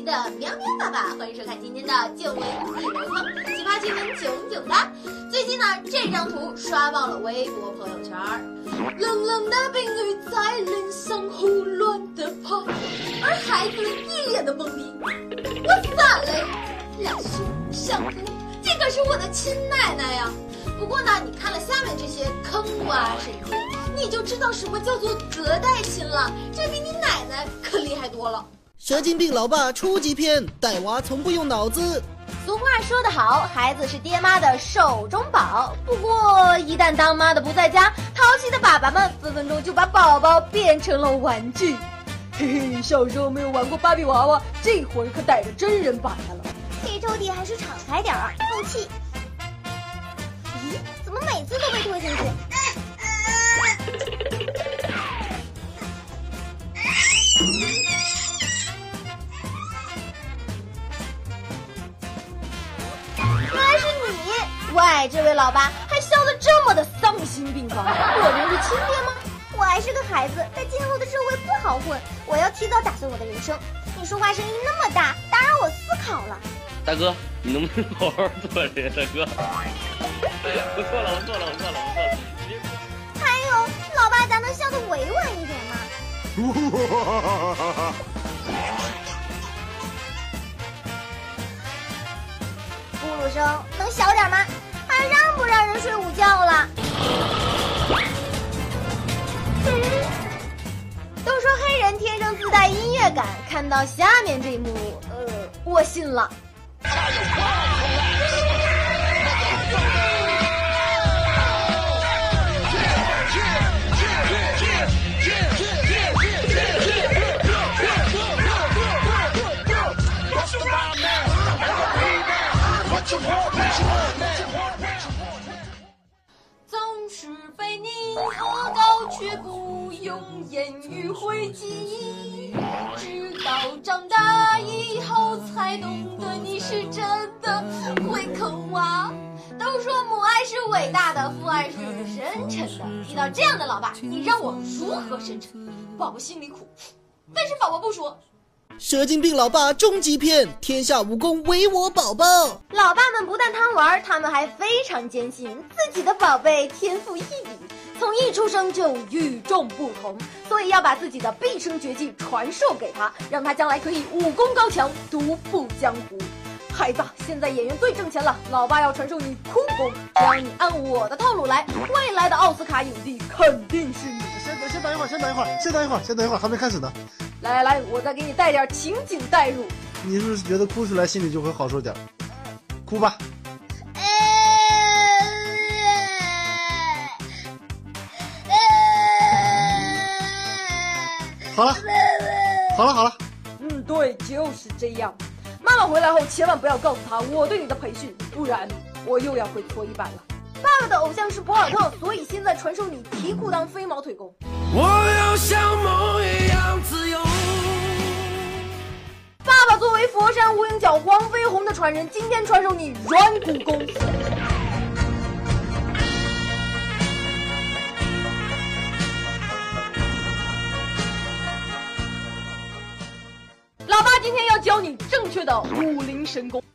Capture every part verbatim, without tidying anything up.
的喵喵爸爸，欢迎收看今天的旧闻一箩筐，奇葩趣闻囧囧的。最近呢，这张图刷爆了微博朋友圈。冷冷的冰雨在脸上胡乱的爬，而孩子一脸的懵逼。我咋嘞？老师上课，这可是我的亲奶奶呀！不过呢，你看了下面这些坑娃神经，你就知道什么叫做隔代亲了。这比你奶奶可厉害多了。 蛇精病老爸初级篇，带娃从不用脑子。 俗话说得好，孩子是爹妈的手中宝。不过一旦当妈的不在家，淘气的爸爸们分分钟就把宝宝变成了玩具。嘿嘿，小时候没有玩过芭比娃娃，这会儿可逮着真人把他了。 这抽屉还是敞开点儿，透气。咦，怎么每次都被拖进去？原来是你！ 喂，这位老爸还笑得这么的丧心病狂，我这是亲爹吗？ 我还是个孩子，在今后的社会不好混，我要提早打算我的人生。你说话声音那么大，打扰我思考了。 大哥，你能不能好好坐着呀，大哥？不错了，我错了，我错了，我错了。 还有，老爸，咱能笑得委婉一点吗？呼噜声能小点吗？还让不让人睡午觉了？ 都说黑人天生自带音乐感，看到下面这一幕，呃，我信了。总是被你恶搞，却不用言语会记忆，直到长大以后才懂得你是真的会坑娃。都说母爱是伟大的，父爱是深沉的。遇到这样的老爸，你让我如何深沉？宝宝心里苦，但是宝宝不说。 蛇精病老爸终极篇，天下武功唯我宝宝。 老爸们不但贪玩，他们还非常坚信自己的宝贝天赋异禀，从一出生就与众不同，所以要把自己的毕生绝技传授给他，让他将来可以武功高强，独步江湖。孩子，现在演员最挣钱了，老爸要传授你哭功，只要你按我的套路来，未来的奥斯卡影帝肯定是你。 先等，先等一会儿，先等一会儿，先等一会儿，先等一会儿，还没开始呢。 来来来，我再给你带点情景带入。 你是不是觉得哭出来心里就会好受点？哭吧。好了，好了，好了。 嗯，对，就是这样。妈妈回来后千万不要告诉她我对你的培训，不然我又要跪搓衣板了。爸爸的偶像是博尔特，所以现在传授你提裤裆飞毛腿功。 我要像梦一样自由。 爸爸作为佛山无影脚黄飞鸿的传人，今天传授你软骨功。老爸今天要教你正确的武林神功。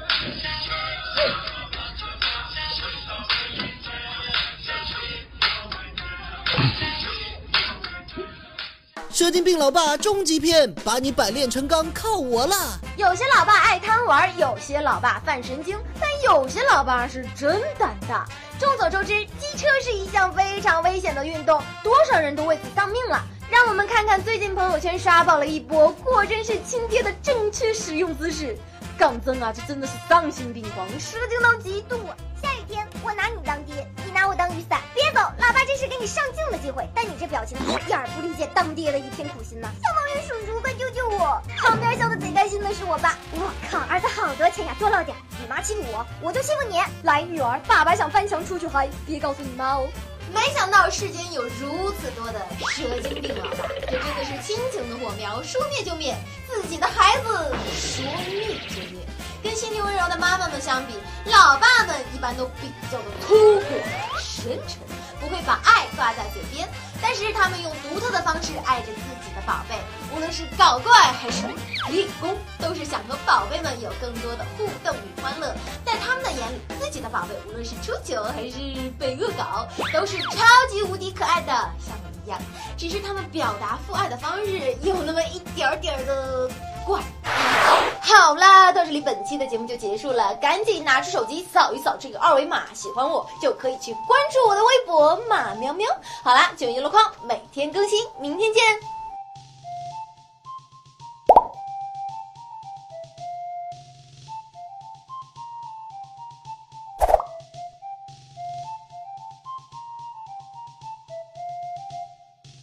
蛇精病老爸终极篇，把你百炼成钢靠我了。 有些老爸爱贪玩，有些老爸犯神经，但有些老爸是真胆大。众所周知，机车是一项非常危险的运动，多少人都为此丧命了。让我们看看最近朋友圈刷爆了一波，果真是亲爹的正确使用姿势。港曾啊，这真的是丧心病狂，蛇精到极度啊！ 下雨天，我拿你当爹，你拿我当雨伞。别走，老爸这是给你上镜的机会，但你这表情一点不理解当爹的一片苦心呐！小毛驴叔叔，快救救我！旁边笑得贼开心的是我爸。我靠，儿子好多钱呀，多捞点！你妈欺负我，我就欺负你。 来，女儿，爸爸想翻墙出去嗨，别告诉你妈哦。没想到世间有如此多的蛇精病老爸，这真的是亲情的火苗，说灭就灭，自己的孩子说灭就灭。跟心地温柔的妈妈们相比，老爸们一般都比较的粗犷深沉， 不会把爱挂在嘴边，但是他们用独特的方式爱着自己的宝贝，无论是搞怪还是练功，都是想和宝贝们有更多的互动与欢乐。在他们的眼里，自己的宝贝无论是出糗还是被恶搞，都是超级无敌可爱的，像我一样。只是他们表达父爱的方式有那么一点点的怪。好啦，到这里本期的节目就结束了，赶紧拿出手机扫一扫这个二维码，喜欢我就可以去关注我的微博马喵喵。好啦，九一路况每天更新，明天见。